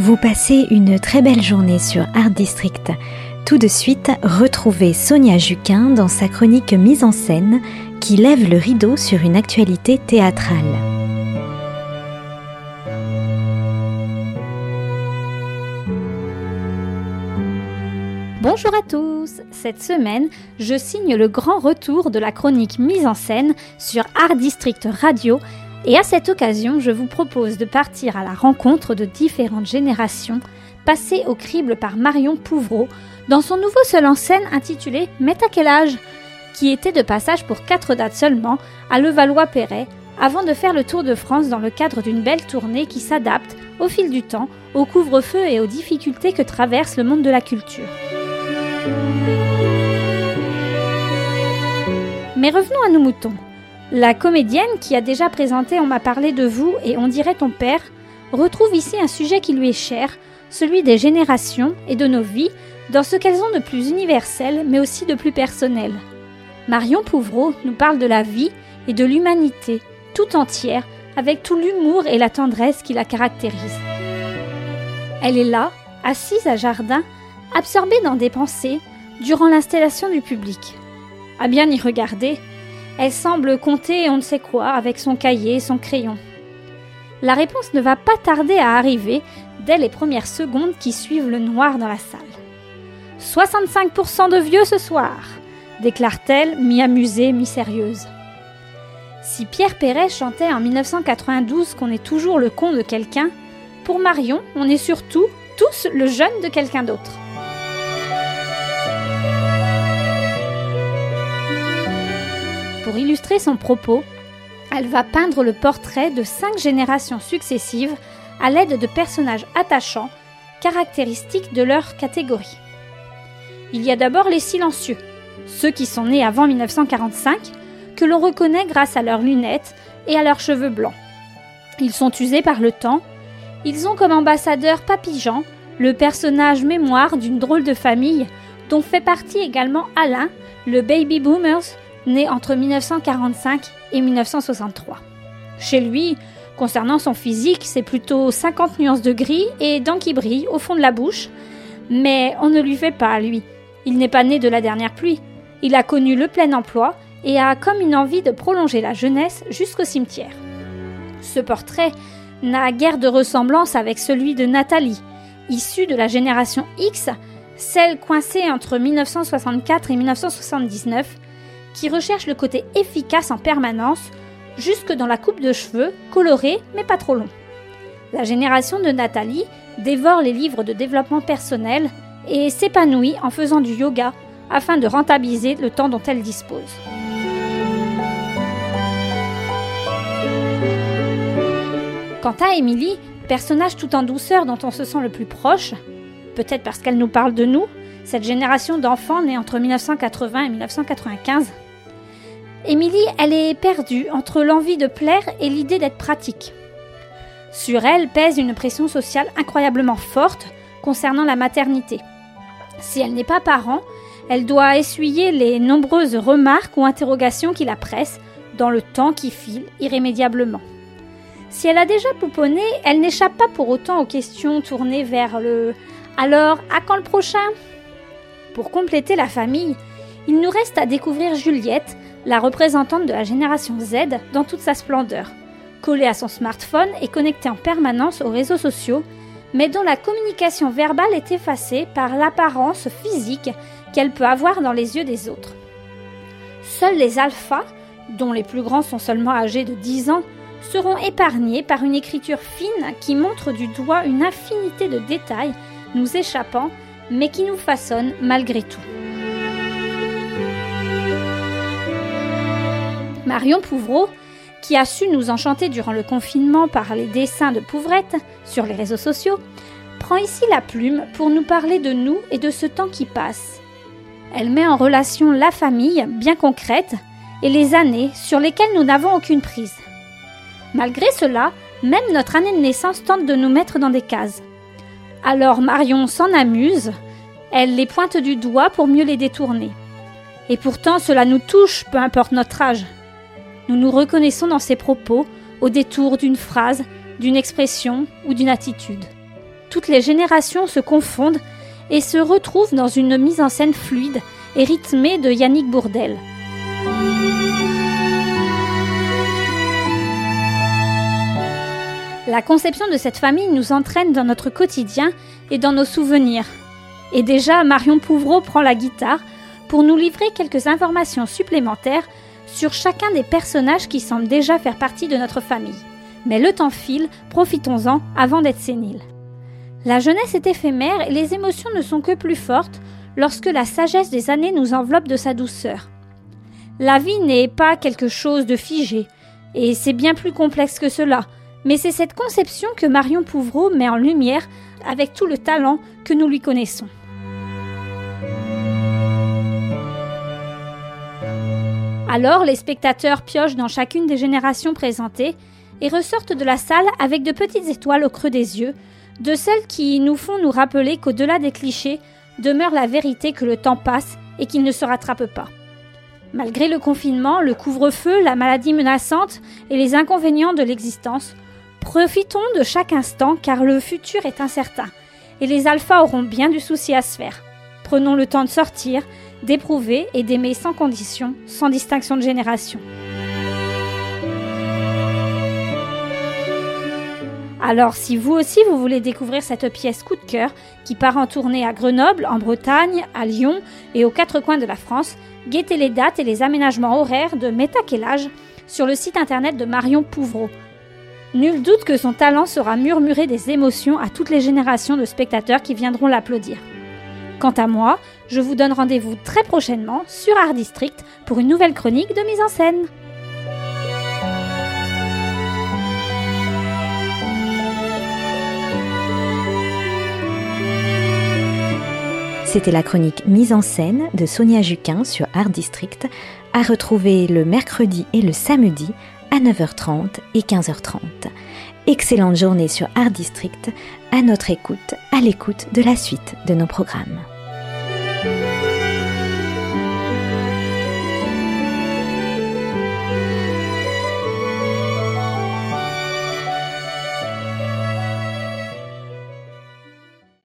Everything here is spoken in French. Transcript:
Vous passez une très belle journée sur Art District. Tout de suite, retrouvez Sonia Juquin dans sa chronique mise en scène qui lève le rideau sur une actualité théâtrale. Bonjour à tous! Cette semaine, je signe le grand retour de la chronique mise en scène sur Art District Radio et à cette occasion, je vous propose de partir à la rencontre de différentes générations passées au crible par Marion Pouvreau dans son nouveau seul en scène intitulé « Mais t'as quel âge ?» qui était de passage pour 4 dates seulement à Levallois-Perret avant de faire le tour de France dans le cadre d'une belle tournée qui s'adapte au fil du temps au couvre-feu et aux difficultés que traverse le monde de la culture. Mais revenons à nos moutons. La comédienne qui a déjà présenté On m'a parlé de vous et On dirait ton père retrouve ici un sujet qui lui est cher, celui des générations et de nos vies, dans ce qu'elles ont de plus universel mais aussi de plus personnel. Marion Pouvreau nous parle de la vie et de l'humanité tout entière avec tout l'humour et la tendresse qui la caractérisent. Elle est là, assise à jardin, absorbée dans des pensées durant l'installation du public. À bien y regarder, elle semble compter on ne sait quoi avec son cahier et son crayon. La réponse ne va pas tarder à arriver dès les premières secondes qui suivent le noir dans la salle. 65% de vieux ce soir, déclare-t-elle, mi-amusée, mi-sérieuse. Si Pierre Perret chantait en 1992 qu'on est toujours le con de quelqu'un, pour Marion, on est surtout tous le jeune de quelqu'un d'autre. Pour illustrer son propos, elle va peindre le portrait de 5 générations successives à l'aide de personnages attachants, caractéristiques de leur catégorie. Il y a d'abord les silencieux, ceux qui sont nés avant 1945, que l'on reconnaît grâce à leurs lunettes et à leurs cheveux blancs. Ils sont usés par le temps, ils ont comme ambassadeur Papy Jean, le personnage mémoire d'une drôle de famille dont fait partie également Alain, le baby boomers, né entre 1945 et 1963. Chez lui, concernant son physique, c'est plutôt 50 nuances de gris et dents qui brillent au fond de la bouche. Mais on ne lui fait pas, lui. Il n'est pas né de la dernière pluie. Il a connu le plein emploi et a comme une envie de prolonger la jeunesse jusqu'au cimetière. Ce portrait n'a guère de ressemblance avec celui de Nathalie, issue de la génération X, celle coincée entre 1964 et 1979, qui recherche le côté efficace en permanence, jusque dans la coupe de cheveux, colorée mais pas trop long. La génération de Nathalie dévore les livres de développement personnel et s'épanouit en faisant du yoga afin de rentabiliser le temps dont elle dispose. Quant à Émilie, personnage tout en douceur dont on se sent le plus proche, peut-être parce qu'elle nous parle de nous, cette génération d'enfants nés entre 1980 et 1995, Émilie, elle est perdue entre l'envie de plaire et l'idée d'être pratique. Sur elle pèse une pression sociale incroyablement forte concernant la maternité. Si elle n'est pas parent, elle doit essuyer les nombreuses remarques ou interrogations qui la pressent dans le temps qui file irrémédiablement. Si elle a déjà pouponné, elle n'échappe pas pour autant aux questions tournées vers le « alors, à quand le prochain ?» Pour compléter la famille, il nous reste à découvrir Juliette, la représentante de la génération Z dans toute sa splendeur, collée à son smartphone et connectée en permanence aux réseaux sociaux, mais dont la communication verbale est effacée par l'apparence physique qu'elle peut avoir dans les yeux des autres. Seuls les alphas, dont les plus grands sont seulement âgés de 10 ans, seront épargnés par une écriture fine qui montre du doigt une infinité de détails nous échappant, mais qui nous façonnent malgré tout. Marion Pouvreau, qui a su nous enchanter durant le confinement par les dessins de Pouvrette sur les réseaux sociaux, prend ici la plume pour nous parler de nous et de ce temps qui passe. Elle met en relation la famille, bien concrète, et les années sur lesquelles nous n'avons aucune prise. Malgré cela, même notre année de naissance tente de nous mettre dans des cases. Alors Marion s'en amuse, elle les pointe du doigt pour mieux les détourner. Et pourtant cela nous touche, peu importe notre âge. Nous nous reconnaissons dans ses propos, au détour d'une phrase, d'une expression ou d'une attitude. toutes les générations se confondent et se retrouvent dans une mise en scène fluide et rythmée de Yannick Bourdelle. La conception de cette famille nous entraîne dans notre quotidien et dans nos souvenirs. Et déjà, Marion Pouvreau prend la guitare pour nous livrer quelques informations supplémentaires sur chacun des personnages qui semblent déjà faire partie de notre famille. Mais le temps file, profitons-en avant d'être séniles. La jeunesse est éphémère et les émotions ne sont que plus fortes lorsque la sagesse des années nous enveloppe de sa douceur. La vie n'est pas quelque chose de figé, et c'est bien plus complexe que cela, mais c'est cette conception que Marion Pouvreau met en lumière avec tout le talent que nous lui connaissons. Alors, les spectateurs piochent dans chacune des générations présentées et ressortent de la salle avec de petites étoiles au creux des yeux, de celles qui nous font nous rappeler qu'au-delà des clichés demeure la vérité que le temps passe et qu'il ne se rattrape pas. Malgré le confinement, le couvre-feu, la maladie menaçante et les inconvénients de l'existence, profitons de chaque instant car le futur est incertain et les alphas auront bien du souci à se faire. Prenons le temps de sortir, d'éprouver et d'aimer sans condition, sans distinction de génération. Alors, si vous aussi vous voulez découvrir cette pièce coup de cœur qui part en tournée à Grenoble, en Bretagne, à Lyon et aux 4 coins de la France, guettez les dates et les aménagements horaires de Métaquelage sur le site internet de Marion Pouvreau. Nul doute que son talent sera murmuré des émotions à toutes les générations de spectateurs qui viendront l'applaudir. Quant à moi, je vous donne rendez-vous très prochainement sur Art District pour une nouvelle chronique de mise en scène. C'était la chronique Mise en scène de Sonia Juquin sur Art District, à retrouver le mercredi et le samedi à 9h30 et 15h30. Excellente journée sur Art District, à notre écoute, à l'écoute de la suite de nos programmes.